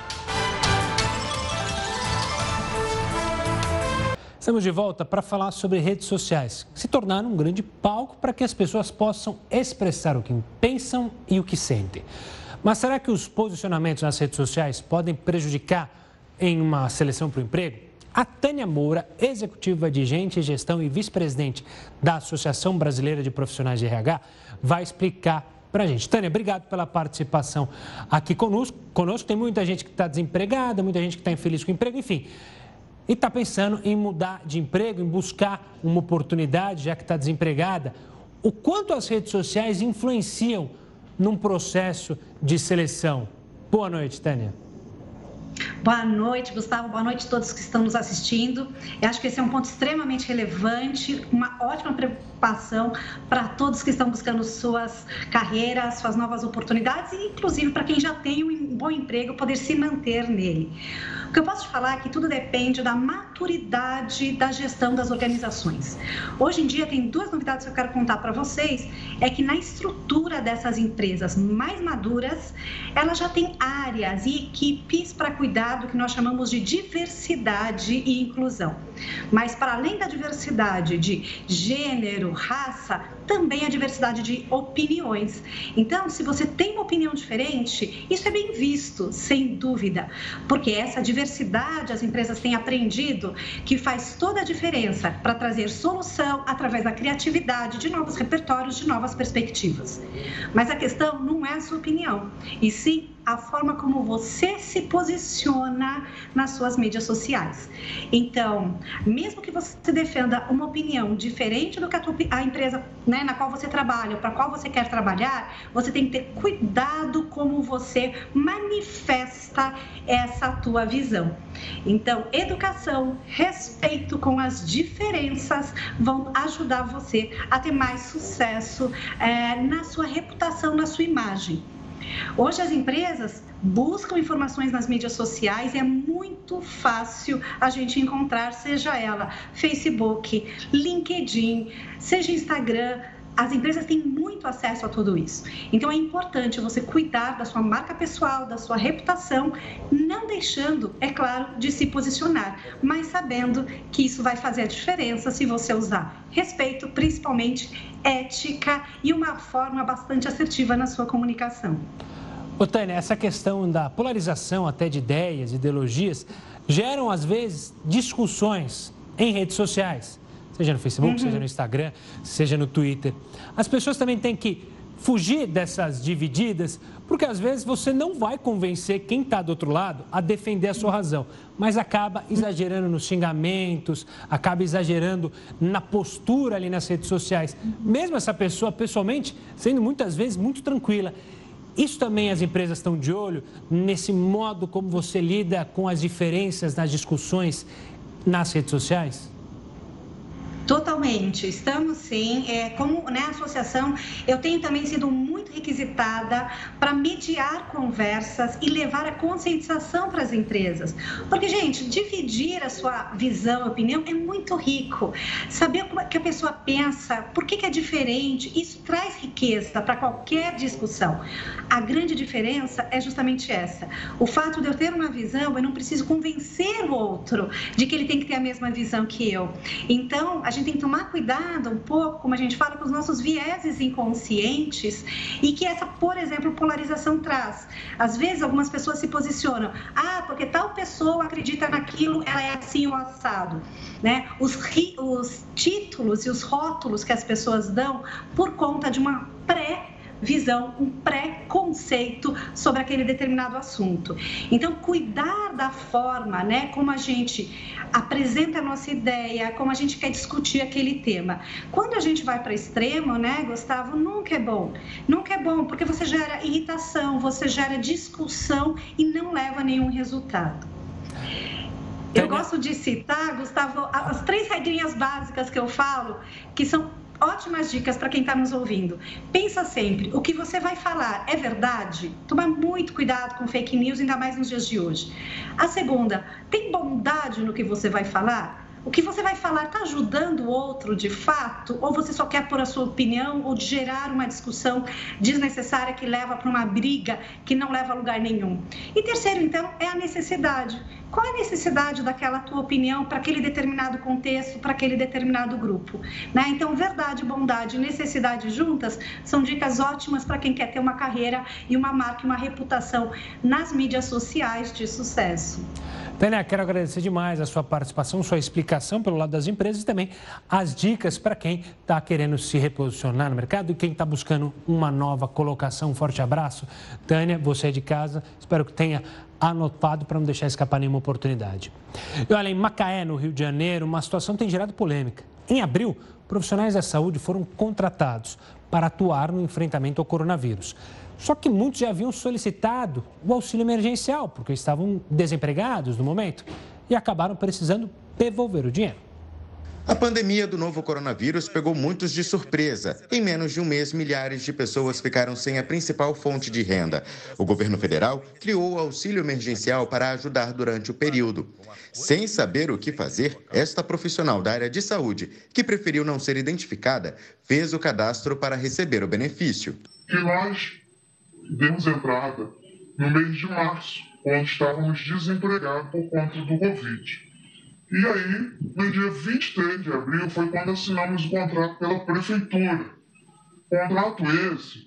Estamos de volta para falar sobre redes sociais, que se tornaram um grande palco para que as pessoas possam expressar o que pensam e o que sentem. Mas será que os posicionamentos nas redes sociais podem prejudicar em uma seleção para o emprego? A Tânia Moura, executiva de Gente e Gestão e vice-presidente da Associação Brasileira de Profissionais de RH, vai explicar para a gente. Tânia, obrigado pela participação aqui conosco. Tem muita gente que está desempregada, muita gente que está infeliz com o emprego, enfim. E está pensando em mudar de emprego, em buscar uma oportunidade, já que está desempregada. O quanto as redes sociais influenciam num processo de seleção? Boa noite, Tânia. Boa noite, Gustavo. Boa noite a todos que estão nos assistindo. Eu acho que esse é um ponto extremamente relevante, uma ótima preocupação para todos que estão buscando suas carreiras, suas novas oportunidades e, inclusive, para quem já tem um bom emprego, poder se manter nele. O que eu posso te falar é que tudo depende da maturidade da gestão das organizações. Hoje em dia, tem duas novidades que eu quero contar para vocês, é que na estrutura dessas empresas mais maduras, elas já têm áreas e equipes para cuidar do que nós chamamos de diversidade e inclusão. Mas, para além da diversidade de gênero, raça, também a diversidade de opiniões. Então, se você tem uma opinião diferente, isso é bem visto, sem dúvida, porque essa diversidade as empresas têm aprendido que faz toda a diferença para trazer solução através da criatividade, de novos repertórios, de novas perspectivas. Mas a questão não é a sua opinião, e sim a forma como você se posiciona nas suas mídias sociais. Então, mesmo que você defenda uma opinião diferente do que a empresa, né, na qual você trabalha, para qual você quer trabalhar, você tem que ter cuidado como você manifesta essa tua visão. Então, educação, respeito com as diferenças vão ajudar você a ter mais sucesso na sua reputação, na sua imagem. Hoje as empresas buscam informações nas mídias sociais, é muito fácil a gente encontrar, seja ela Facebook, LinkedIn, seja Instagram. As empresas têm muito acesso a tudo isso. Então, é importante você cuidar da sua marca pessoal, da sua reputação, não deixando, é claro, de se posicionar, mas sabendo que isso vai fazer a diferença se você usar respeito, principalmente ética e uma forma bastante assertiva na sua comunicação. Ô, Tânia, essa questão da polarização até de ideias, ideologias, geram, às vezes, discussões em redes sociais. Seja no Facebook, seja no Instagram, seja no Twitter. As pessoas também têm que fugir dessas divididas, porque às vezes você não vai convencer quem está do outro lado a defender a sua razão, mas acaba exagerando nos xingamentos, acaba exagerando na postura ali nas redes sociais. Mesmo essa pessoa, pessoalmente, sendo muitas vezes muito tranquila. Isso também as empresas estão de olho nesse modo como você lida com as diferenças nas discussões nas redes sociais? Totalmente, estamos sim. Como a associação, eu tenho também sido muito requisitada para mediar conversas e levar a conscientização para as empresas. Porque, gente, dividir a sua visão, opinião é muito rico. Saber como é que a pessoa pensa, por que é diferente, isso traz riqueza para qualquer discussão. A grande diferença é justamente essa. O fato de eu ter uma visão, eu não preciso convencer o outro de que ele tem que ter a mesma visão que eu. Então, a gente tem que tomar cuidado um pouco, como a gente fala, com os nossos vieses inconscientes e que essa, por exemplo, polarização traz. Às vezes, algumas pessoas se posicionam, porque tal pessoa acredita naquilo, ela é assim ou assado. Né? Os títulos e os rótulos que as pessoas dão por conta de uma visão, um pré-conceito sobre aquele determinado assunto. Então, cuidar da forma, como a gente apresenta a nossa ideia, como a gente quer discutir aquele tema. Quando a gente vai para extremo, Gustavo, nunca é bom. Nunca é bom, porque você gera irritação, você gera discussão e não leva a nenhum resultado. Eu gosto de citar, Gustavo, as 3 regrinhas básicas que eu falo, que são ótimas dicas para quem está nos ouvindo. Pensa sempre, o que você vai falar é verdade? Toma muito cuidado com fake news, ainda mais nos dias de hoje. A segunda, tem bondade no que você vai falar? O que você vai falar está ajudando o outro de fato? Ou você só quer pôr a sua opinião ou gerar uma discussão desnecessária que leva para uma briga que não leva a lugar nenhum? E terceiro, então, é a necessidade. Qual é a necessidade daquela tua opinião para aquele determinado contexto, para aquele determinado grupo? Então, verdade, bondade e necessidade juntas são dicas ótimas para quem quer ter uma carreira e uma marca e uma reputação nas mídias sociais de sucesso. Tânia, quero agradecer demais a sua participação, sua explicação pelo lado das empresas e também as dicas para quem está querendo se reposicionar no mercado e quem está buscando uma nova colocação. Um forte abraço. Tânia, você é de casa, espero que tenha anotado para não deixar escapar nenhuma oportunidade. E olha, em Macaé, no Rio de Janeiro, uma situação tem gerado polêmica. Em abril, profissionais da saúde foram contratados para atuar no enfrentamento ao coronavírus. Só que muitos já haviam solicitado o auxílio emergencial, porque estavam desempregados no momento e acabaram precisando devolver o dinheiro. A pandemia do novo coronavírus pegou muitos de surpresa. Em menos de um mês, milhares de pessoas ficaram sem a principal fonte de renda. O governo federal criou o auxílio emergencial para ajudar durante o período. Sem saber o que fazer, esta profissional da área de saúde, que preferiu não ser identificada, fez o cadastro para receber o benefício. E nós demos entrada no mês de março, quando estávamos desempregados por conta do Covid. E aí, no dia 23 de abril, foi quando assinamos o contrato pela prefeitura. Contrato esse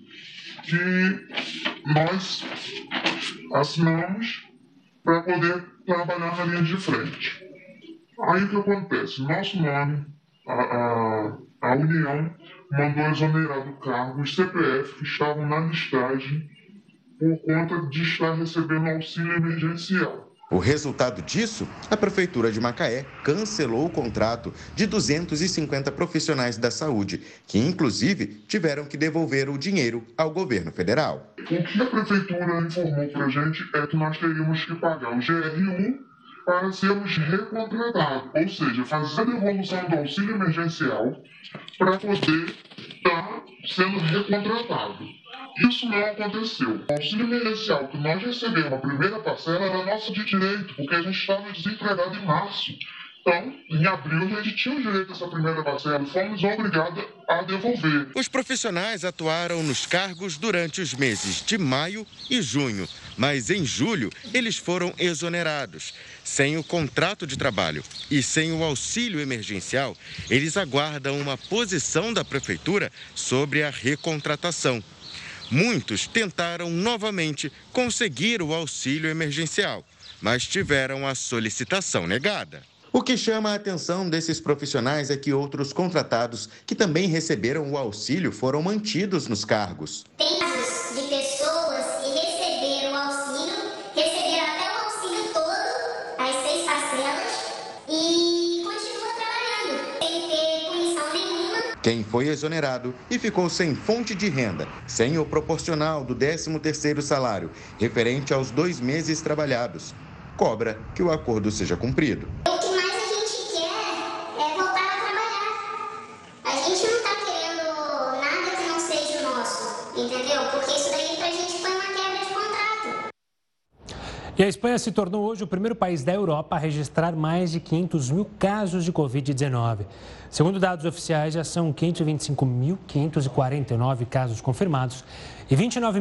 que nós assinamos para poder trabalhar na linha de frente. Aí o que acontece? Nosso nome, a União mandou exonerar do cargo os CPF que estavam na listagem por conta de estar recebendo auxílio emergencial. O resultado disso, a Prefeitura de Macaé cancelou o contrato de 250 profissionais da saúde, que inclusive tiveram que devolver o dinheiro ao governo federal. O que a Prefeitura informou para a gente é que nós teríamos que pagar o GR1 para sermos recontratados, ou seja, fazer a devolução do auxílio emergencial para poder estar sendo recontratado. Isso não aconteceu. O auxílio emergencial que nós recebemos, a primeira parcela, era nossa de direito, porque a gente estava desempregado em março. Então, em abril, a gente tinha o direito a essa primeira parcela e fomos obrigados a devolver. Os profissionais atuaram nos cargos durante os meses de maio e junho, mas em julho eles foram exonerados. Sem o contrato de trabalho e sem o auxílio emergencial, eles aguardam uma posição da Prefeitura sobre a recontratação. Muitos tentaram novamente conseguir o auxílio emergencial, mas tiveram a solicitação negada. O que chama a atenção desses profissionais é que outros contratados que também receberam o auxílio foram mantidos nos cargos. Tem casos de pessoas que receberam o auxílio, receberam até o auxílio todo, as 6 parcelas, e continuam trabalhando, sem ter punição nenhuma. Quem foi exonerado e ficou sem fonte de renda, sem o proporcional do 13º salário, referente aos 2 meses trabalhados, cobra que o acordo seja cumprido. O que mais a gente quer é voltar a trabalhar. A gente não está querendo nada que não seja nosso, entendeu? Porque isso daí pra gente foi uma quebra de contrato. E a Espanha se tornou hoje o primeiro país da Europa a registrar mais de 500 mil casos de Covid-19. Segundo dados oficiais, já são 525.549 casos confirmados e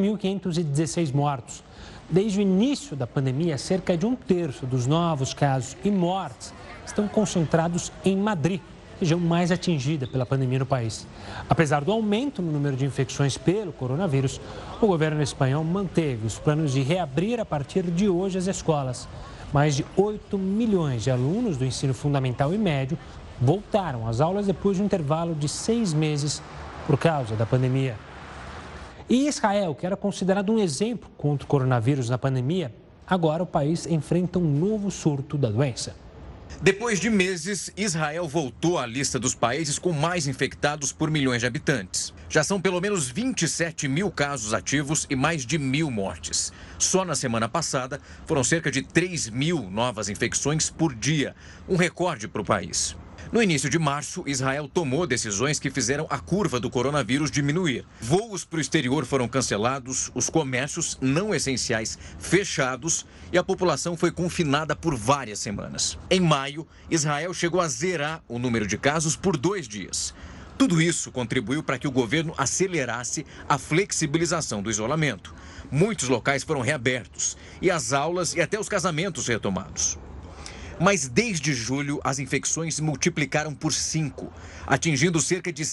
29.516 mortos. Desde o início da pandemia, cerca de 1/3 dos novos casos e mortes estão concentrados em Madrid, região mais atingida pela pandemia no país. Apesar do aumento no número de infecções pelo coronavírus, o governo espanhol manteve os planos de reabrir a partir de hoje as escolas. Mais de 8 milhões de alunos do ensino fundamental e médio voltaram às aulas depois de um intervalo de 6 meses por causa da pandemia. E Israel, que era considerado um exemplo contra o coronavírus na pandemia, agora o país enfrenta um novo surto da doença. Depois de meses, Israel voltou à lista dos países com mais infectados por milhões de habitantes. Já são pelo menos 27 mil casos ativos e mais de 1.000 mortes. Só na semana passada, foram cerca de 3.000 novas infecções por dia, um recorde para o país. No início de março, Israel tomou decisões que fizeram a curva do coronavírus diminuir. Voos para o exterior foram cancelados, os comércios não essenciais fechados e a população foi confinada por várias semanas. Em maio, Israel chegou a zerar o número de casos por 2 dias. Tudo isso contribuiu para que o governo acelerasse a flexibilização do isolamento. Muitos locais foram reabertos e as aulas e até os casamentos retomados. Mas desde julho, as infecções multiplicaram por 5, atingindo cerca de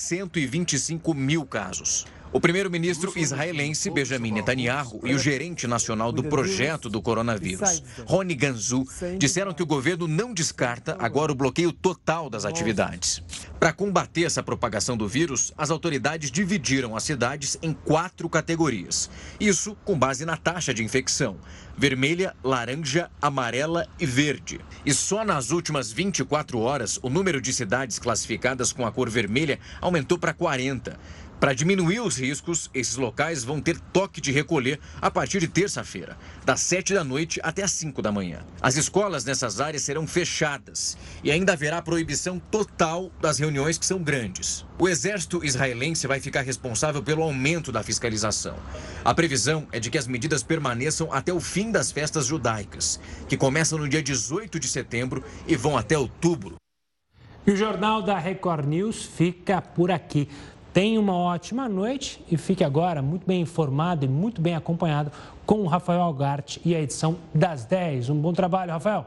125 mil casos. O primeiro-ministro israelense Benjamin Netanyahu e o gerente nacional do projeto do coronavírus, Roni Ganzu, disseram que o governo não descarta agora o bloqueio total das atividades. Para combater essa propagação do vírus, as autoridades dividiram as cidades em 4 categorias. Isso com base na taxa de infecção: vermelha, laranja, amarela e verde. E só nas últimas 24 horas, o número de cidades classificadas com a cor vermelha aumentou para 40. Para diminuir os riscos, esses locais vão ter toque de recolher a partir de terça-feira, das 7 da noite até as 5 da manhã. As escolas nessas áreas serão fechadas e ainda haverá proibição total das reuniões que são grandes. O exército israelense vai ficar responsável pelo aumento da fiscalização. A previsão é de que as medidas permaneçam até o fim das festas judaicas, que começam no dia 18 de setembro e vão até outubro. E o Jornal da Record News fica por aqui. Tenha uma ótima noite e fique agora muito bem informado e muito bem acompanhado com o Rafael Algarte e a edição das 10. Um bom trabalho, Rafael.